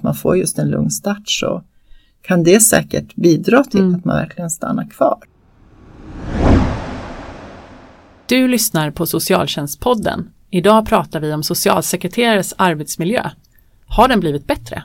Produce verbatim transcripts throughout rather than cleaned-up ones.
man får just en lugn start, så kan det säkert bidra till mm. att man verkligen stannar kvar. Du lyssnar på Socialtjänstpodden. Idag pratar vi om socialsekreterares arbetsmiljö. Har den blivit bättre?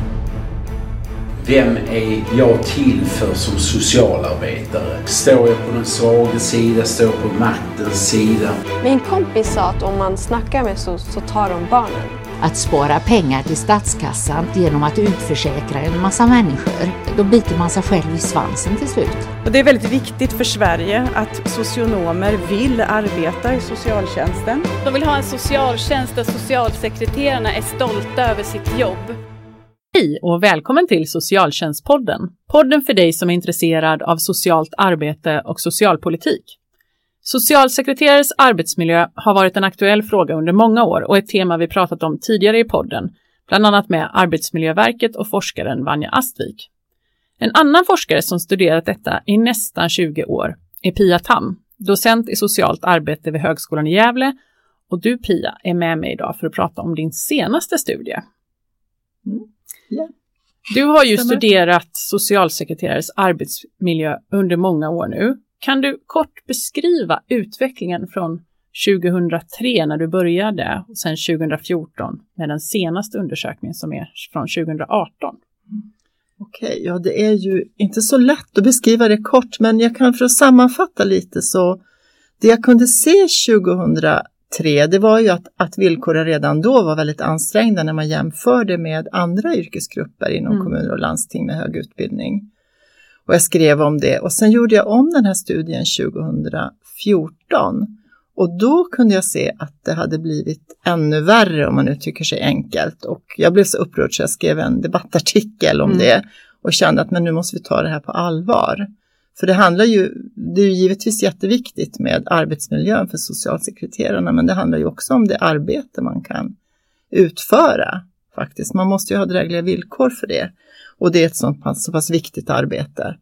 Vem är jag till för som socialarbetare? Står jag på den svaga sida, står jag på maktens sida? Min kompis sa att om man snackar med så, så tar de barnen. Att spara pengar till statskassan genom att utförsäkra en massa människor, då biter man sig själv i svansen till slut. Och det är väldigt viktigt för Sverige att socionomer vill arbeta i socialtjänsten. De vill ha en socialtjänst där socialsekreterarna är stolta över sitt jobb. Hej och välkommen till Socialtjänstpodden. Podden för dig som är intresserad av socialt arbete och socialpolitik. Socialsekreterares arbetsmiljö har varit en aktuell fråga under många år och ett tema vi pratat om tidigare i podden, bland annat med Arbetsmiljöverket och forskaren Vanja Astvik. En annan forskare som studerat detta i nästan tjugo år är Pia Tam, docent i socialt arbete vid Högskolan i Gävle, och du Pia är med mig idag för att prata om din senaste studie. Mm. Yeah. Du har ju studerat socialsekreterares arbetsmiljö under många år nu. Kan du kort beskriva utvecklingen från tjugohundratre när du började och sen tjugohundrafjorton med den senaste undersökningen som är från tjugohundraarton? Okej, okay, ja det är ju inte så lätt att beskriva det kort, men jag kan för att sammanfatta lite så det jag kunde se tjugohundratre det var ju att, att villkoren redan då var väldigt ansträngda när man jämförde med andra yrkesgrupper inom mm. kommuner och landsting med hög utbildning. Och jag skrev om det och sen gjorde jag om den här studien tjugohundrafjorton och då kunde jag se att det hade blivit ännu värre om man uttrycker sig enkelt, och jag blev så upprörd så jag skrev en debattartikel om mm. det och kände att men nu måste vi ta det här på allvar. För det handlar ju, det är ju givetvis jätteviktigt med arbetsmiljön för socialsekreterarna, men det handlar ju också om det arbete man kan utföra faktiskt. Man måste ju ha drägliga villkor för det. Och det är ett sånt pass, så pass viktigt arbete.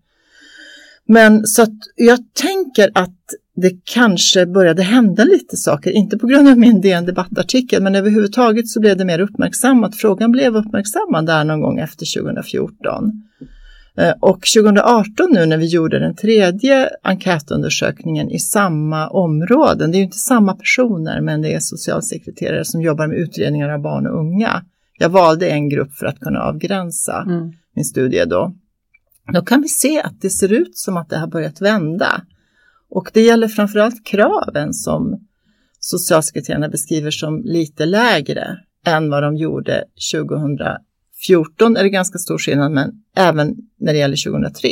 Men så att jag tänker att det kanske började hända lite saker. Inte på grund av min D N-debattartikel, men överhuvudtaget så blev det mer uppmärksammat. Frågan blev uppmärksammad där någon gång efter tjugohundrafjorton. Och tjugohundraarton nu när vi gjorde den tredje enkätundersökningen i samma områden. Det är ju inte samma personer, men det är socialsekreterare som jobbar med utredningar av barn och unga. Jag valde en grupp för att kunna avgränsa mm. min studie då. Då kan vi se att det ser ut som att det har börjat vända. Och det gäller framförallt kraven som socialsekreterarna beskriver som lite lägre än vad de gjorde tjugohundrafjorton. Är det ganska stor skillnad, men även när det gäller tjugohundratre.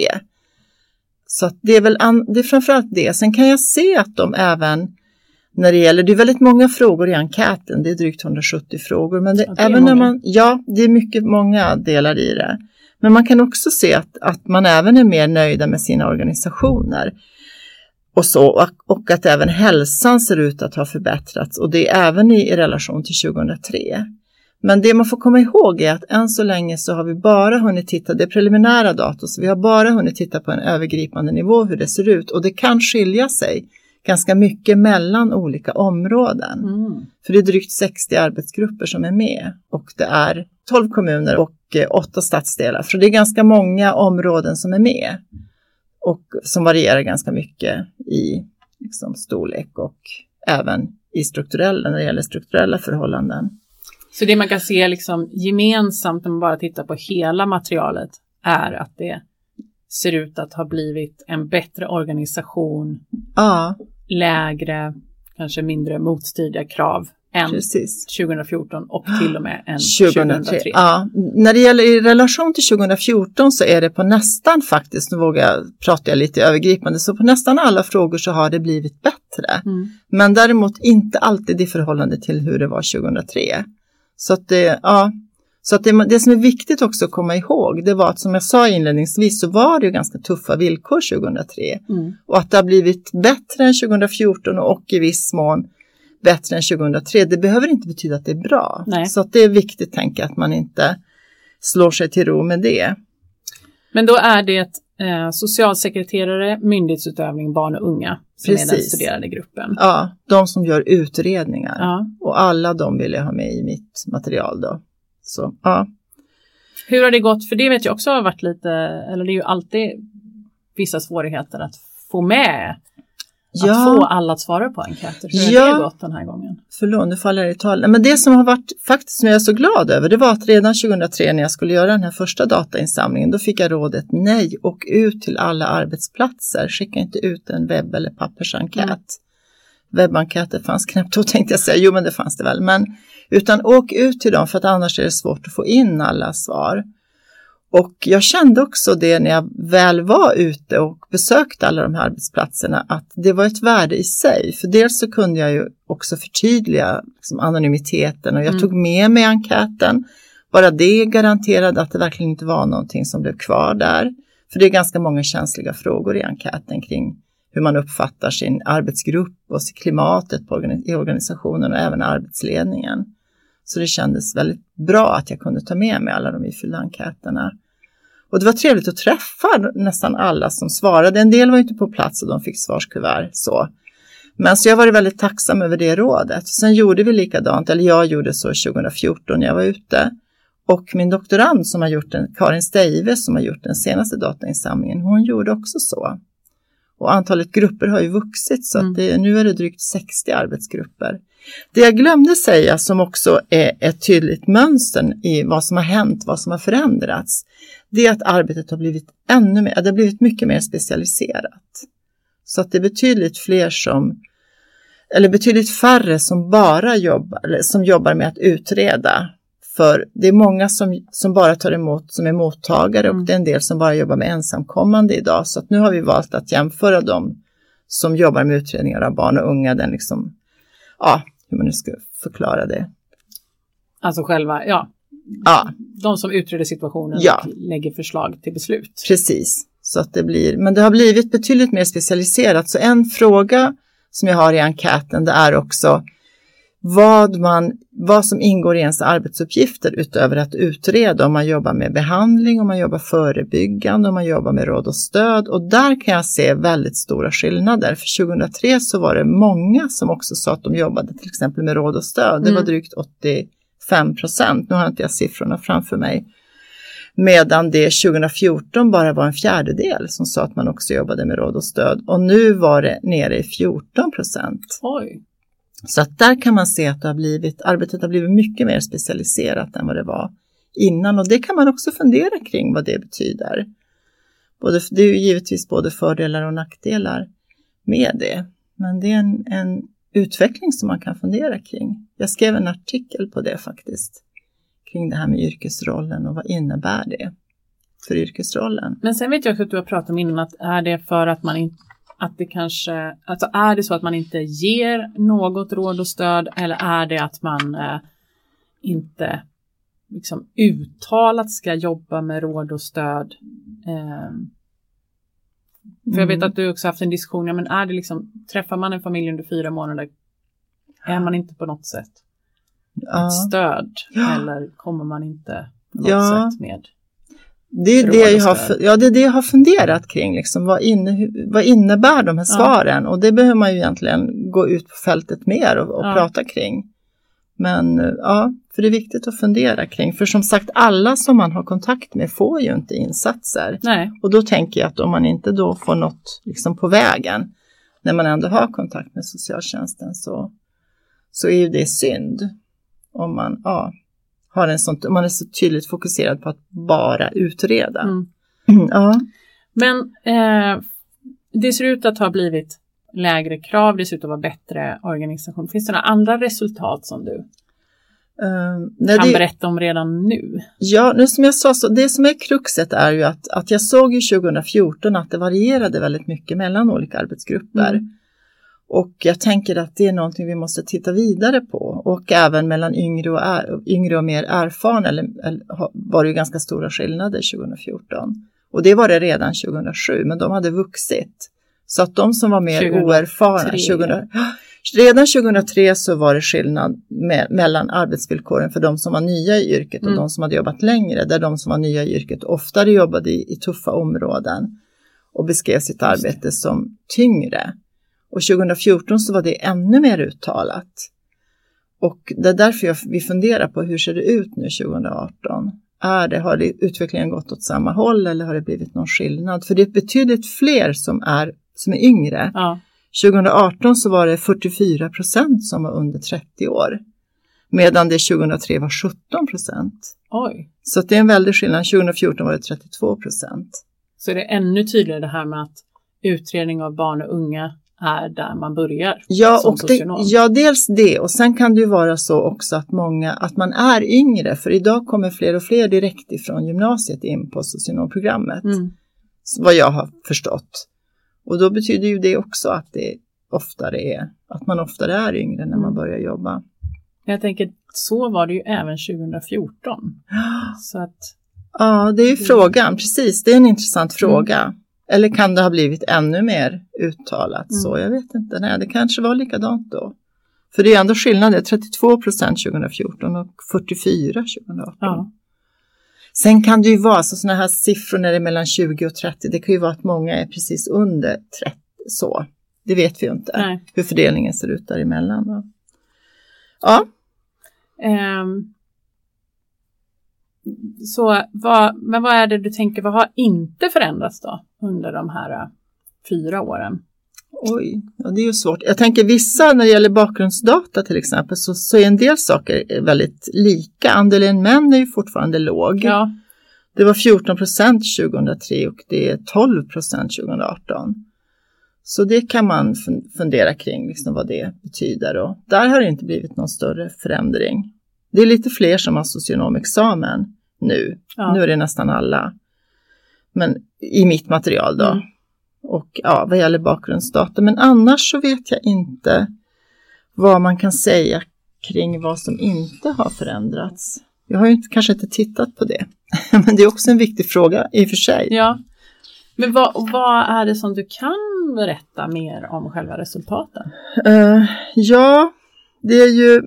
Så att det är väl an- det är framförallt det. Sen kan jag se att de även när det gäller, det är väldigt många frågor i enkäten, det är drygt hundrasjuttio frågor, men det, ja, det även när man, ja, det är mycket många delar i det. Men man kan också se att, att man även är mer nöjda med sina organisationer och så, och, och att även hälsan ser ut att ha förbättrats, och det är även i, i relation till tjugohundratre. Men det man får komma ihåg är att än så länge så har vi bara hunnit titta, det är preliminära data, så vi har bara hunnit titta på en övergripande nivå hur det ser ut, och det kan skilja sig ganska mycket mellan olika områden. Mm. För det är drygt sextio arbetsgrupper som är med. Och det är tolv kommuner och åtta stadsdelar. Så det är ganska många områden som är med. Och som varierar ganska mycket i liksom, storlek och även i strukturella, när det gäller strukturella förhållanden. Så det man kan se liksom gemensamt när man bara tittar på hela materialet är att det ser ut att ha blivit en bättre organisation. Ja. Lägre, kanske mindre motstridiga krav än Precis. tjugohundrafjorton och till och med än tjugohundratre. Ja, när det gäller i relation till tjugohundrafjorton så är det på nästan faktiskt, nu vågar jag prata lite övergripande, så på nästan alla frågor så har det blivit bättre. Mm. Men däremot inte alltid i förhållande till hur det var tjugohundratre. Så att det, ja... Så att det, det som är viktigt också att komma ihåg, det var att som jag sa inledningsvis så var det ju ganska tuffa villkor tjugohundratre. Mm. Och att det har blivit bättre än tjugohundrafjorton och i viss mån bättre än tjugohundratre. Det behöver inte betyda att det är bra. Nej. Så att det är viktigt, tänka att man inte slår sig till ro med det. Men då är det eh, socialsekreterare, myndighetsutövning, barn och unga som Precis. Är den studerade gruppen. Ja, de som gör utredningar. Ja. Och alla de vill jag ha med i mitt material då. Så, ja. Hur har det gått? För det vet jag också har varit lite, eller det är ju alltid vissa svårigheter att få med, ja. att få alla att svara på enkäter. Hur ja. har det gått den här gången? Förlåt, nu faller jag i tal. Men det som har varit faktiskt som jag är så glad över, det var att redan tjugohundratre när jag skulle göra den här första datainsamlingen, då fick jag rådet nej, och ut till alla arbetsplatser. Skicka inte ut en webb- eller pappersenkät. Mm. Webbenkäter fanns knappt då, tänkte jag säga. Jo, men det fanns det väl. Men utan åk ut till dem, för att annars är det svårt att få in alla svar. Och jag kände också det när jag väl var ute och besökte alla de här arbetsplatserna, att det var ett värde i sig. För dels så kunde jag ju också förtydliga liksom, anonymiteten, och jag mm. tog med mig enkäten. Bara det garanterade att det verkligen inte var någonting som blev kvar där. För det är ganska många känsliga frågor i enkäten kring hur man uppfattar sin arbetsgrupp och klimatet på organi- i organisationen och även arbetsledningen. Så det kändes väldigt bra att jag kunde ta med mig alla de ifyllda enkäterna. Och det var trevligt att träffa nästan alla som svarade. En del var inte på plats och de fick svarskuvert så. Men så jag var väldigt tacksam över det rådet. Sen gjorde vi likadant, eller jag gjorde så tjugohundrafjorton när jag var ute. Och min doktorand som har gjort den, Karin Steive som har gjort den senaste datainsamlingen, hon gjorde också så. Och antalet grupper har ju vuxit så att det, nu är det drygt sextio arbetsgrupper. Det jag glömde säga som också är ett tydligt mönster i vad som har hänt, vad som har förändrats, det är att arbetet har blivit ännu mer, det har blivit mycket mer specialiserat. Så att det är betydligt fler som, eller betydligt färre som bara jobbar, eller som jobbar med att utreda. För det är många som, som bara tar emot, som är mottagare, och det är en del som bara jobbar med ensamkommande idag. Så att nu har vi valt att jämföra dem som jobbar med utredningar av barn och unga, den liksom, ja, hur man nu ska förklara det. Alltså själva, ja. Ja. De som utreder situationen ja. och lägger förslag till beslut. Precis, så att det blir, men det har blivit betydligt mer specialiserat. Så en fråga som jag har i enkäten, det är också vad, man, vad som ingår i ens arbetsuppgifter utöver att utreda, om man jobbar med behandling, om man jobbar förebyggande, om man jobbar med råd och stöd. Och där kan jag se väldigt stora skillnader. För tjugohundratre så var det många som också sa att de jobbade till exempel med råd och stöd. Det var drygt åttiofem procent. Nu har inte jag siffrorna framför mig. Medan det tjugohundrafjorton bara var en fjärdedel som sa att man också jobbade med råd och stöd. Och nu var det nere i fjorton procent. Oj. Så att där kan man se att det har blivit, arbetet har blivit mycket mer specialiserat än vad det var innan. Och det kan man också fundera kring vad det betyder. Både, det är ju givetvis både fördelar och nackdelar med det. Men det är en, en utveckling som man kan fundera kring. Jag skrev en artikel på det faktiskt. Kring det här med yrkesrollen och vad innebär det för yrkesrollen. Men sen vet jag också att du har pratat om innan att är det för att man inte, att det kanske, alltså är det så att man inte ger något råd och stöd, eller är det att man eh, inte liksom uttalat ska jobba med råd och stöd? Eh, för jag vet att du också haft en diskussion, ja, men är det liksom, träffar man en familj under fyra månader, är man inte på något sätt ja. ett stöd, ja. eller kommer man inte på något ja. sätt med? Det är det, jag har, ja, det är det jag har funderat kring. Liksom. Vad, inne, vad innebär de här svaren? Ja. Och det behöver man ju egentligen gå ut på fältet mer och, och ja. prata kring. Men ja, för det är viktigt att fundera kring. För som sagt, alla som man har kontakt med får ju inte insatser. Nej. Och då tänker jag att om man inte då får något liksom på vägen, när man ändå har kontakt med socialtjänsten, så, så är ju det synd. Om man, ja... Har en sånt, man är så tydligt fokuserad på att bara utreda. Mm. Ja. Men eh, det ser ut att ha blivit lägre krav, det ser ut att vara bättre organisation. Finns det några andra resultat som du um, nej, kan det, berätta om redan nu? Ja, nu som jag sa, så det som är kruxet är ju att, att jag såg ju tjugohundrafjorton att det varierade väldigt mycket mellan olika arbetsgrupper. Mm. Och jag tänker att det är någonting vi måste titta vidare på. Och även mellan yngre och, är, yngre och mer erfarna eller, eller, var det ju ganska stora skillnader tjugohundrafjorton. Och det var det redan tjugohundrasju, men de hade vuxit. Så att de som var mer tjugohundratre oerfarna, tjugohundra, redan tjugohundratre så var det skillnad med, mellan arbetsvillkoren för de som var nya i yrket och mm. de som hade jobbat längre. Där de som var nya i yrket oftare jobbade i, i tuffa områden och beskrev sitt arbete som tyngre. Och tjugohundrafjorton så var det ännu mer uttalat. Och det är därför jag, vi funderar på hur ser det ut nu tjugohundraarton. är det, har det utvecklingen gått åt samma håll eller har det blivit någon skillnad? För det är betydligt fler som är, som är yngre. Ja. tjugo arton så var det fyrtiofyra procent som var under trettio år. Medan det tjugohundratre var sjutton procent. Oj. Så det är en väldig skillnad. tjugo fjorton var det trettiotvå procent. Så är det ännu tydligare det här med att utredning av barn och unga är där man börjar. Ja, som och det, ja, dels det. Och sen kan det ju vara så också att många, att man är yngre. För idag kommer fler och fler direkt ifrån gymnasiet in på socionomprogrammet. Mm. Vad jag har förstått. Och då betyder ju det också att det oftare är, att man oftare är yngre när man börjar jobba. Jag tänker, så var det ju även tjugo fjorton. Så att... Ja, det är ju det... frågan. Precis, det är en intressant fråga. Mm. Eller kan det ha blivit ännu mer uttalat mm. så? Jag vet inte. Nej, det kanske var likadant då. För det är ändå skillnad. Det är trettiotvå procent tjugo fjorton och fyrtiofyra tjugo arton. Ja. Sen kan det ju vara så sådana här siffror när det är mellan tjugo och trettio. Det kan ju vara att många är precis under trettio. Så. Det vet vi ju inte. Nej. Hur fördelningen ser ut däremellan då. Ja. Um, så vad, men vad är det du tänker, vad har inte förändrats då under de här uh, fyra åren? Oj, ja, det är ju svårt. Jag tänker vissa, när det gäller bakgrundsdata till exempel, så, så är en del saker väldigt lika. Andelen män är ju fortfarande låg. Ja. Det var fjorton procent tjugohundratre och det är tolv procent tjugo arton. Så det kan man fundera kring liksom vad det betyder. Och där har det inte blivit någon större förändring. Det är lite fler som har socionomexamen nu. Ja. Nu är det nästan alla. Men i mitt material då. Mm. Och ja, vad gäller bakgrundsdata. Men annars så vet jag inte vad man kan säga kring vad som inte har förändrats. Jag har ju inte, kanske inte tittat på det. Men det är också en viktig fråga i och för sig. Ja. Men vad, vad är det som du kan berätta mer om själva resultaten? Uh, ja, det är ju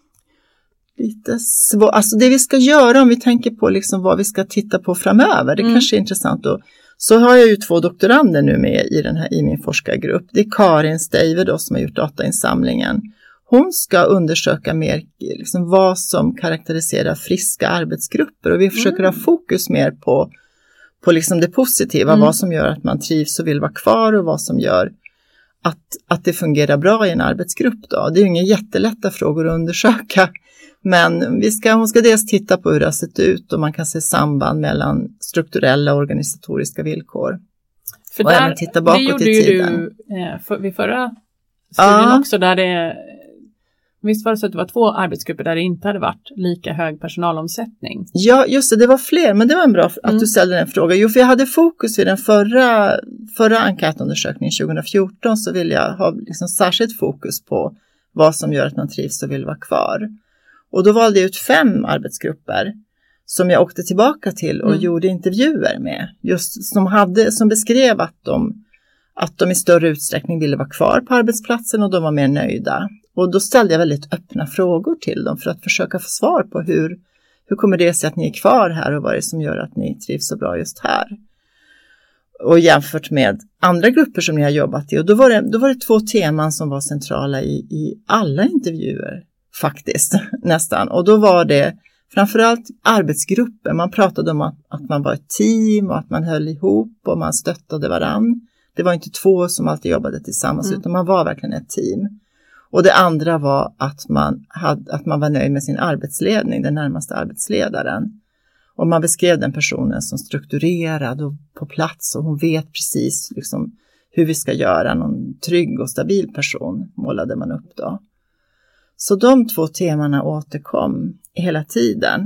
lite svårt. Alltså det vi ska göra om vi tänker på liksom vad vi ska titta på framöver. Det mm. kanske är intressant. Och så har jag ju två doktorander nu med i, den här, i min forskargrupp. Det är Karin Steiver då, som har gjort datainsamlingen. Hon ska undersöka mer liksom, vad som karaktäriserar friska arbetsgrupper. Och vi försöker mm. ha fokus mer på på liksom det positiva, mm. vad som gör att man trivs och vill vara kvar och vad som gör att, att det fungerar bra i en arbetsgrupp då. Det är ju inga jättelätta frågor att undersöka, men vi ska, hon ska dels titta på hur det har sett ut och man kan se samband mellan strukturella och organisatoriska villkor. För och där, även titta bakåt det gjorde i tiden. Ju du eh, för, vid förra studien ja. också, där det visst var det så att det var två arbetsgrupper där det inte hade varit lika hög personalomsättning? Ja, just det. Det var fler, men det var en bra att mm. du ställde den frågan. Jo, för jag hade fokus vid den förra, förra enkätundersökningen tjugo fjorton, så vill jag ha liksom särskilt fokus på vad som gör att man trivs och vill vara kvar. Och då valde jag ut fem arbetsgrupper som jag åkte tillbaka till och mm. gjorde intervjuer med. Just som, hade, som beskrev att de, att de i större utsträckning ville vara kvar på arbetsplatsen och de var mer nöjda. Och då ställde jag väldigt öppna frågor till dem för att försöka få svar på hur, hur kommer det sig att ni är kvar här och vad är det som gör att ni trivs så bra just här. Och jämfört med andra grupper som ni har jobbat i. Och då var det, då var det två teman som var centrala i, i alla intervjuer faktiskt nästan. Och då var det framförallt arbetsgrupper. Man pratade om att, att man var ett team och att man höll ihop och man stöttade varann. Det var inte två som alltid jobbade tillsammans mm. utan man var verkligen ett team. Och det andra var att man, hade, att man var nöjd med sin arbetsledning, den närmaste arbetsledaren. Och man beskrev den personen som strukturerad och på plats och hon vet precis liksom hur vi ska göra. Någon trygg och stabil person målade man upp då. Så de två temana återkom hela tiden.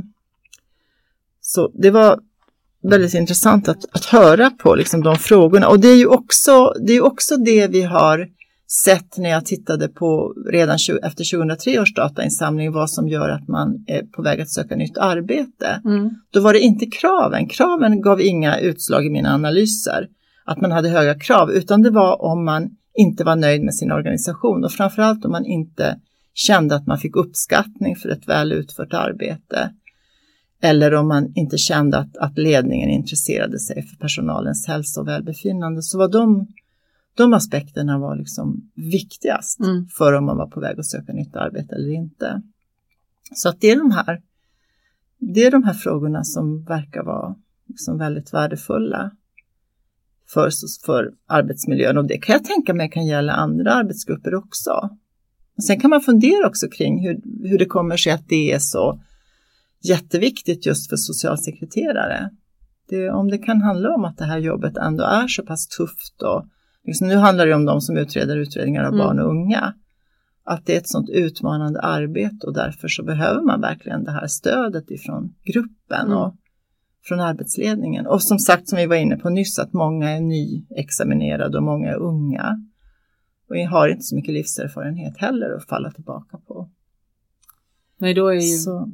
Så det var väldigt intressant att, att höra på liksom de frågorna. Och det är ju också det, är också det vi har sett när jag tittade på redan efter tjugohundratre års datainsamling vad som gör att man är på väg att söka nytt arbete. Mm. Då var det inte kraven. Kraven gav inga utslag i mina analyser att man hade höga krav, utan det var om man inte var nöjd med sin organisation och framförallt om man inte kände att man fick uppskattning för ett väl utfört arbete. Eller om man inte kände att, att ledningen intresserade sig för personalens hälsa och välbefinnande, så var de De aspekterna var liksom viktigast mm. för om man var på väg att söka nytt arbete eller inte. Så att det är de här det är de här frågorna som verkar vara liksom väldigt värdefulla för, för arbetsmiljön. Och det kan jag tänka mig kan gälla andra arbetsgrupper också. Och sen kan man fundera också kring hur, hur det kommer sig att det är så jätteviktigt just för socialsekreterare. Det, om det kan handla om att det här jobbet ändå är så pass tufft. Och liksom, nu handlar det om de som utreder utredningar av mm. barn och unga. Att det är ett sånt utmanande arbete och därför så behöver man verkligen det här stödet ifrån gruppen mm. och från arbetsledningen. Och som sagt, som vi var inne på nyss, att många är nyexaminerade och många är unga. Och har inte så mycket livserfarenhet heller att falla tillbaka på. Nej, då är ju så,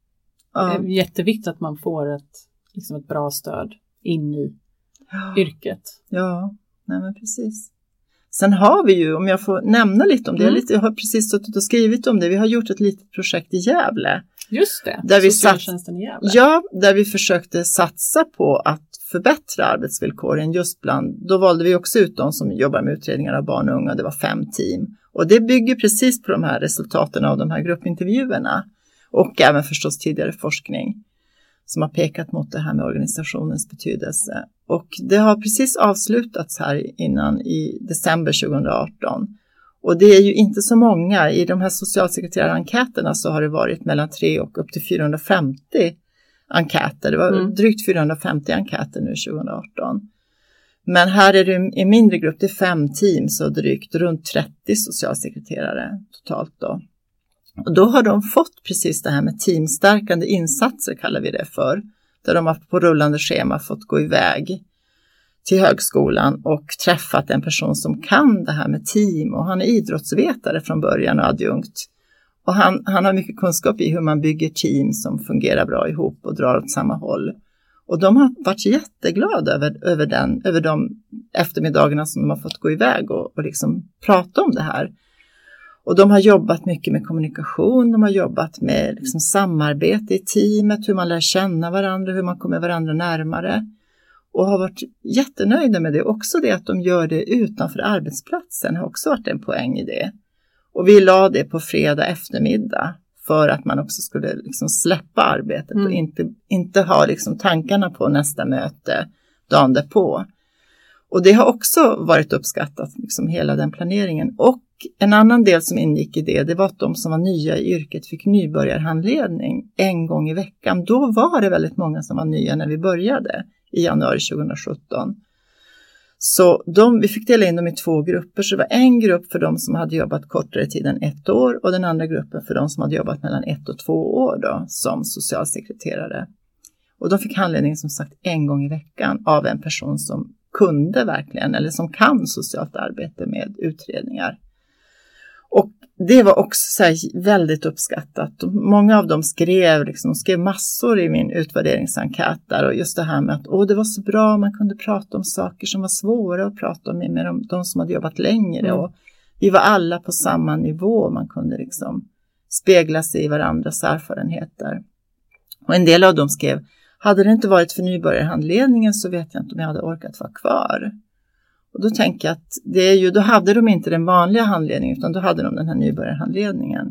ja. ja. jätteviktigt att man får ett, liksom ett bra stöd in i ja. yrket. Ja, nej men precis. Sen har vi ju, om jag får nämna lite om det, mm. jag har precis suttit och skrivit om det. Vi har gjort ett litet projekt i Gävle. Just det, där vi socialtjänsten i Gävle. Ja, där vi försökte satsa på att förbättra arbetsvillkoren just bland, då valde vi också ut de som jobbar med utredningar av barn och unga, det var fem team. Och det bygger precis på de här resultaten av de här gruppintervjuerna och även förstås tidigare forskning som har pekat mot det här med organisationens betydelse. Och det har precis avslutats här innan i december tjugoarton. Och det är ju inte så många, i de här socialsekreterare-enkäterna så har det varit mellan tre och upp till fyrahundrafemtio enkäter. Det var mm. drygt fyrahundrafemtio enkäter nu tjugoarton. Men här är det en mindre grupp, det är fem team, så drygt runt trettio socialsekreterare totalt då. Och då har de fått precis det här med teamstärkande insatser, kallar vi det för. Där de har på rullande schema fått gå iväg till högskolan och träffat en person som kan det här med team. Och han är idrottsvetare från början och adjunkt. Och han, han har mycket kunskap i hur man bygger team som fungerar bra ihop och drar åt samma håll. Och de har varit jätteglada över, över, den, över de eftermiddagarna som de har fått gå iväg och, och liksom prata om det här. Och de har jobbat mycket med kommunikation, de har jobbat med liksom samarbete i teamet, hur man lär känna varandra, hur man kommer varandra närmare. Och har varit jättenöjda med det. Också det att de gör det utanför arbetsplatsen har också varit en poäng i det. Och vi la det på fredag eftermiddag för att man också skulle liksom släppa arbetet mm. och inte, inte ha liksom tankarna på nästa möte dagen därpå. Och det har också varit uppskattat, liksom hela den planeringen. Och en annan del som ingick i det, det var att de som var nya i yrket fick nybörjarhandledning en gång i veckan. Då var det väldigt många som var nya när vi började i januari tjugosjutton. Så de, vi fick dela in dem i två grupper. Så det var en grupp för de som hade jobbat kortare tid än ett år och den andra gruppen för de som hade jobbat mellan ett och två år då, som socialsekreterare. Och de fick handledning som sagt en gång i veckan av en person som kunde verkligen, eller som kan socialt arbete med utredningar. Och det var också så här väldigt uppskattat. Många av dem skrev, liksom, skrev massor i min utvärderingsenkät där. Och just det här med att åh, det var så bra, man kunde prata om saker som var svåra att prata om med, med de, de som hade jobbat längre. Mm. Och vi var alla på samma nivå, man kunde liksom spegla sig i varandras erfarenheter. Och en del av dem skrev, hade det inte varit för nybörjarhandledningen så vet jag inte om jag hade orkat vara kvar. Och då tänker jag att det är ju, då hade de inte den vanliga handledningen utan då hade de den här nybörjarhandledningen.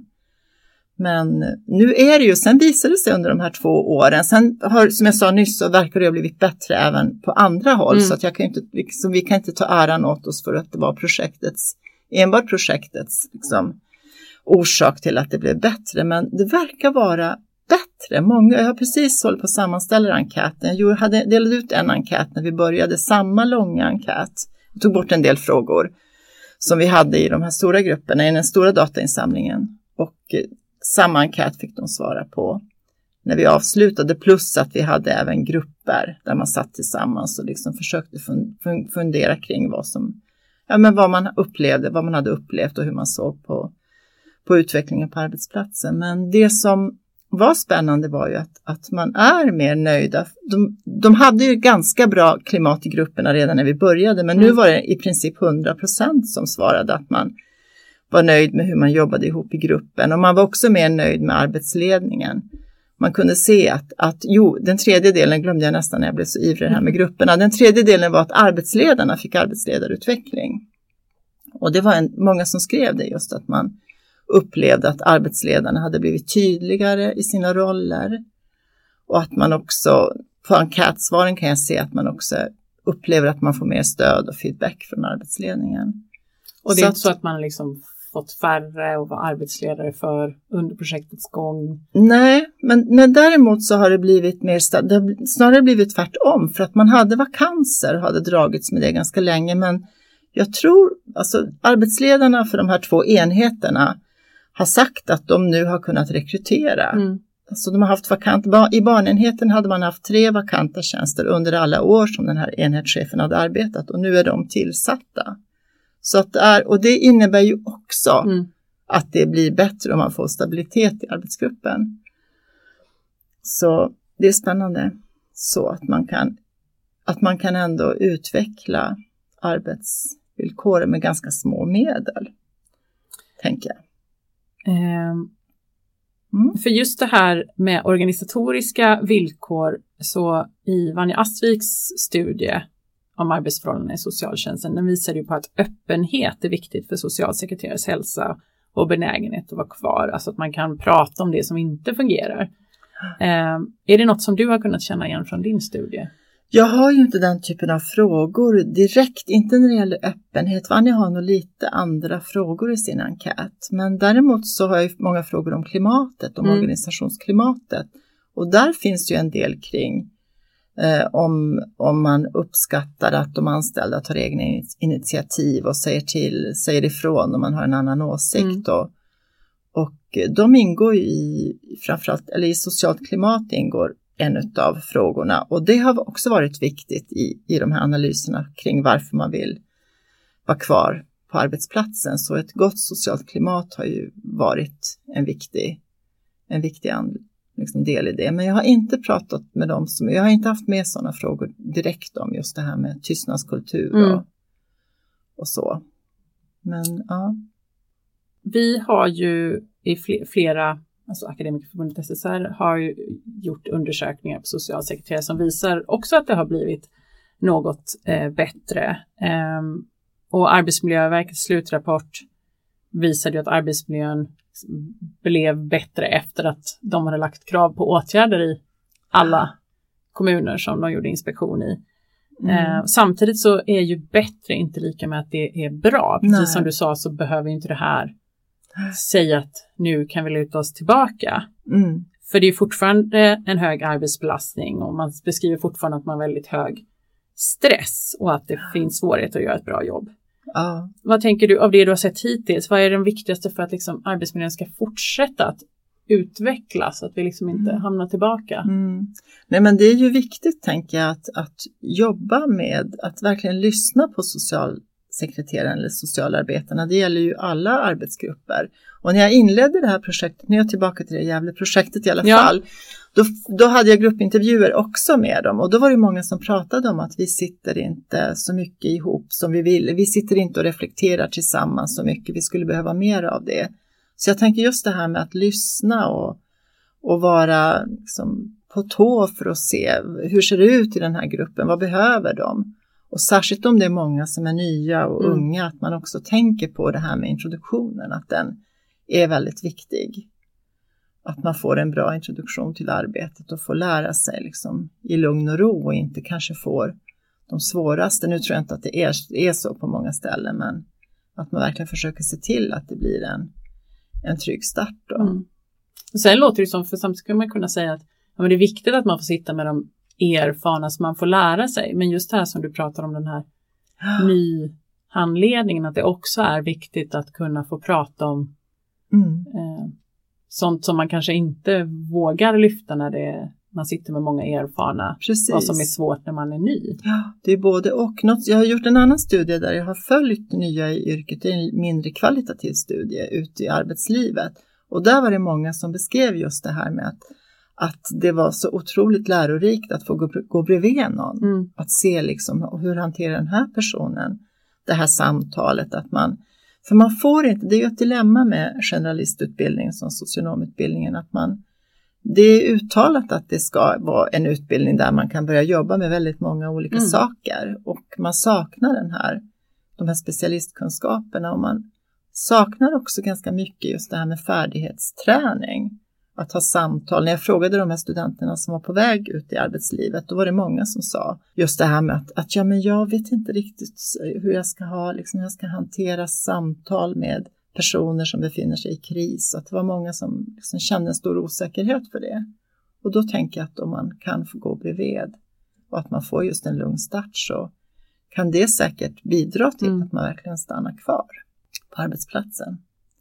Men nu är det ju, sen visar det sig under de här två åren, sen har, som jag sa nyss, så verkar det ha blivit bättre även på andra håll. Mm. Så att jag kan inte, liksom, vi kan inte ta äran åt oss för att det var projektets, enbart projektets liksom, orsak till att det blev bättre. Men det verkar vara bättre. Många, jag har precis hållit på att sammanställa enkäten. Jag hade delat ut en enkät när vi började, samma långa enkät. Jag tog bort en del frågor som vi hade i de här stora grupperna, i den stora datainsamlingen. Och samma enkät fick de svara på när vi avslutade. Plus att vi hade även grupper där man satt tillsammans och liksom försökte fundera kring vad som, ja, men vad man upplevde, vad man hade upplevt och hur man såg på, på utvecklingen på arbetsplatsen. Men det som var spännande var ju att, att man är mer nöjda. De, de hade ju ganska bra klimat i grupperna redan när vi började. Men mm. nu var det i princip hundra procent som svarade att man var nöjd med hur man jobbade ihop i gruppen. Och man var också mer nöjd med arbetsledningen. Man kunde se att, att jo, den tredje delen glömde jag nästan när jag blev så ivrig här med grupperna. Den tredje delen var att arbetsledarna fick arbetsledarutveckling. Och det var en, många som skrev det just, att man upplevde att arbetsledarna hade blivit tydligare i sina roller. Och att man också, på enkätsvaren kan jag se att man också upplever att man får mer stöd och feedback från arbetsledningen. Och det är så inte så att man liksom fått färre och vara arbetsledare för under projektets gång? Nej, men, men däremot så har det blivit mer, det har snarare blivit tvärtom, för att man hade vakanser och hade dragits med det ganska länge. Men jag tror, alltså arbetsledarna för de här två enheterna har sagt att de nu har kunnat rekrytera. Mm. Alltså de har haft vakant, i barnenheten hade man haft tre vakanta tjänster under alla år som den här enhetschefen hade arbetat, och nu är de tillsatta. Så att det är, och det innebär ju också mm. att det blir bättre om man får stabilitet i arbetsgruppen. Så det är spännande, så att man kan, att man kan ändå utveckla arbetsvillkoren med ganska små medel, tänker jag. Um. Mm. För just det här med organisatoriska villkor, så i Vanja Astviks studie om arbetsförhållanden i socialtjänsten, den visar ju på att öppenhet är viktigt för socialsekreterares hälsa och benägenhet att vara kvar. Alltså att man kan prata om det som inte fungerar. Eh, är det något som du har kunnat känna igen från din studie? Jag har ju inte den typen av frågor direkt, inte när det gäller öppenhet. Vanja har nog lite andra frågor i sin enkät. Men däremot så har jag många frågor om klimatet, om mm. organisationsklimatet. Och där finns ju en del kring eh, om, om man uppskattar att de anställda tar egna initiativ och säger till, säger ifrån om man har en annan åsikt. Mm. Och, och de ingår ju i, framförallt, eller i socialt klimat ingår en av frågorna, och det har också varit viktigt i, i de här analyserna kring varför man vill vara kvar på arbetsplatsen. Så ett gott socialt klimat har ju varit en viktig, en viktig an, liksom del i det. Men jag har inte pratat med dem som, jag har inte haft med sådana frågor direkt om just det här med tystnadskultur och, mm. och så. Men ja. Vi har ju i flera, alltså Akademikerförbundet S S R har ju gjort undersökningar på socialsekreterare som visar också att det har blivit något eh, bättre. Um, och Arbetsmiljöverkets slutrapport visade ju att arbetsmiljön blev bättre efter att de hade lagt krav på åtgärder i alla kommuner som de gjorde inspektion i. Mm. Uh, samtidigt så är ju bättre inte lika med att det är bra. Precis Nej. Som du sa så behöver inte det här säga att nu kan vi luta oss tillbaka. Mm. För det är fortfarande en hög arbetsbelastning och man beskriver fortfarande att man har väldigt hög stress och att det finns svårighet att göra ett bra jobb. Ja. Vad tänker du av det du har sett hittills? Vad är det viktigaste för att liksom arbetsmiljön ska fortsätta att utvecklas, så att vi liksom inte mm. hamnar tillbaka? Mm. Nej, men det är ju viktigt, tänker jag, att, att jobba med att verkligen lyssna på socialsekreteraren eller socialarbetarna. Det gäller ju alla arbetsgrupper. Och när jag inledde det här projektet, nu är jag tillbaka till det jävla projektet i alla ja. fall, då, då hade jag gruppintervjuer också med dem. Och då var det många som pratade om att vi sitter inte så mycket ihop som vi vill. Vi sitter inte och reflekterar tillsammans så mycket. Vi skulle behöva mer av det. Så jag tänker just det här med att lyssna och, och vara liksom på tå för att se hur ser det ut i den här gruppen. Vad behöver de? Och särskilt om det är många som är nya och mm. unga, att man också tänker på det här med introduktionen. Att den är väldigt viktig. Att man får en bra introduktion till arbetet och får lära sig liksom i lugn och ro och inte kanske får de svåraste. Nu tror jag inte att det är, är så på många ställen, men att man verkligen försöker se till att det blir en, en trygg start då. Mm. Och sen låter det som, för samtidigt kan man kunna säga att ja, men det är viktigt att man får sitta med de erfarna så man får lära sig. Men just det här som du pratar om, den här nyhandledningen, att det också är viktigt att kunna få prata om Mm. Eh, sånt som man kanske inte vågar lyfta när det är, man sitter med många erfarna. Precis. Vad som är svårt när man är ny. Ja, det är både och. Något, jag har gjort en annan studie där jag har följt nya i yrket. Det är en mindre kvalitativ studie ute i arbetslivet. Och där var det många som beskrev just det här med att, att det var så otroligt lärorikt att få gå, gå bredvid någon. Mm. Att se liksom hur hanterar den här personen det här samtalet. Att man För man får inte, det är ju ett dilemma med generalistutbildningen som socionomutbildningen, att man, det är uttalat att det ska vara en utbildning där man kan börja jobba med väldigt många olika mm. saker, och man saknar den här, de här specialistkunskaperna, och man saknar också ganska mycket just det här med färdighetsträning. att ha samtal. När jag frågade de här studenterna som var på väg ut i arbetslivet, då var det många som sa just det här med att, att ja, men jag vet inte riktigt hur jag ska ha, liksom, hur jag ska hantera samtal med personer som befinner sig i kris. Att det var många som liksom kände en stor osäkerhet för det. Och då tänker jag att om man kan få gå bredvid och att man får just en lugn start, så kan det säkert bidra till mm. att man verkligen stannar kvar på arbetsplatsen.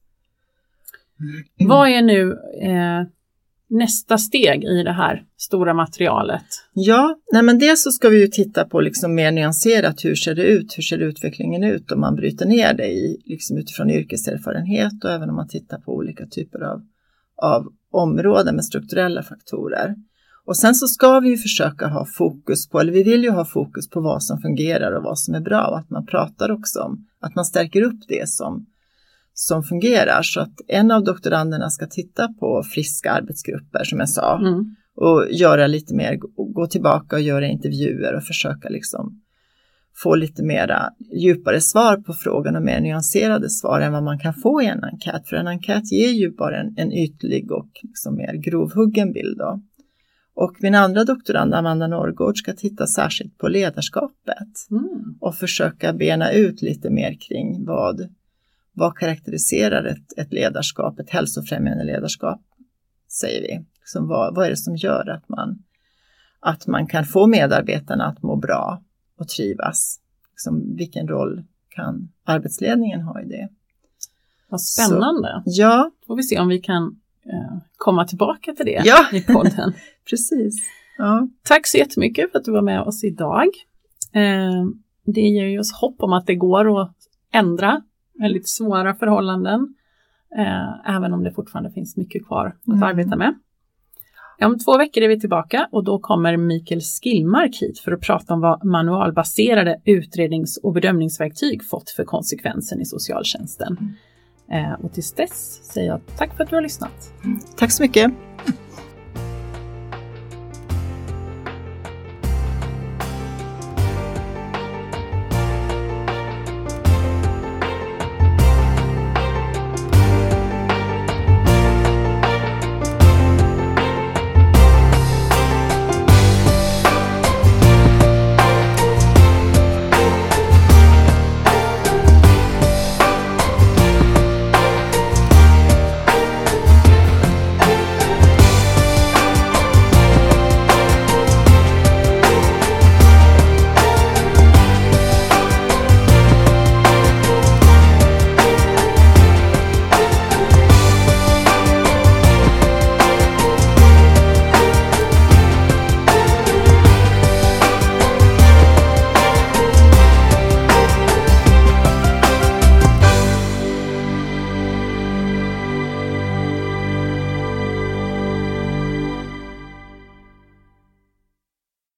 Mm. Vad är nu eh, nästa steg i det här stora materialet? Ja, nej men dels så ska vi ju titta på liksom mer nyanserat, hur ser det ut, hur ser utvecklingen ut om man bryter ner det i, liksom utifrån yrkeserfarenhet, och även om man tittar på olika typer av, av områden med strukturella faktorer. Och sen så ska vi ju försöka ha fokus på, eller vi vill ju ha fokus på vad som fungerar och vad som är bra, och att man pratar också om, att man stärker upp det som som fungerar. Så att en av doktoranderna ska titta på friska arbetsgrupper, som jag sa, mm. och göra lite mer, gå tillbaka och göra intervjuer och försöka liksom få lite mera djupare svar på frågan och mer nyanserade svar än vad man kan få i en enkät. För en enkät ger ju bara en, en ytlig och liksom mer grovhuggen bild då. Och min andra doktorand, Amanda Norrgård, ska titta särskilt på ledarskapet mm. och försöka bena ut lite mer kring vad Vad karaktäriserar ett, ett ledarskap, ett hälsofrämjande ledarskap, säger vi. Liksom vad, vad är det som gör att man, att man kan få medarbetarna att må bra och trivas? Liksom, vilken roll kan arbetsledningen ha i det? Vad spännande. Så, ja. Får vi se om vi kan eh, komma tillbaka till det ja. i podden. Precis. Ja. Tack så jättemycket för att du var med oss idag. Eh, det ger ju oss hopp om att det går att ändra väldigt svåra förhållanden, eh, även om det fortfarande finns mycket kvar att mm. arbeta med. Om två veckor är vi tillbaka, och då kommer Mikael Skillmark hit för att prata om vad manualbaserade utrednings- och bedömningsverktyg fått för konsekvensen i socialtjänsten. Mm. Eh, och tills dess säger jag tack för att du har lyssnat. Mm. Tack så mycket.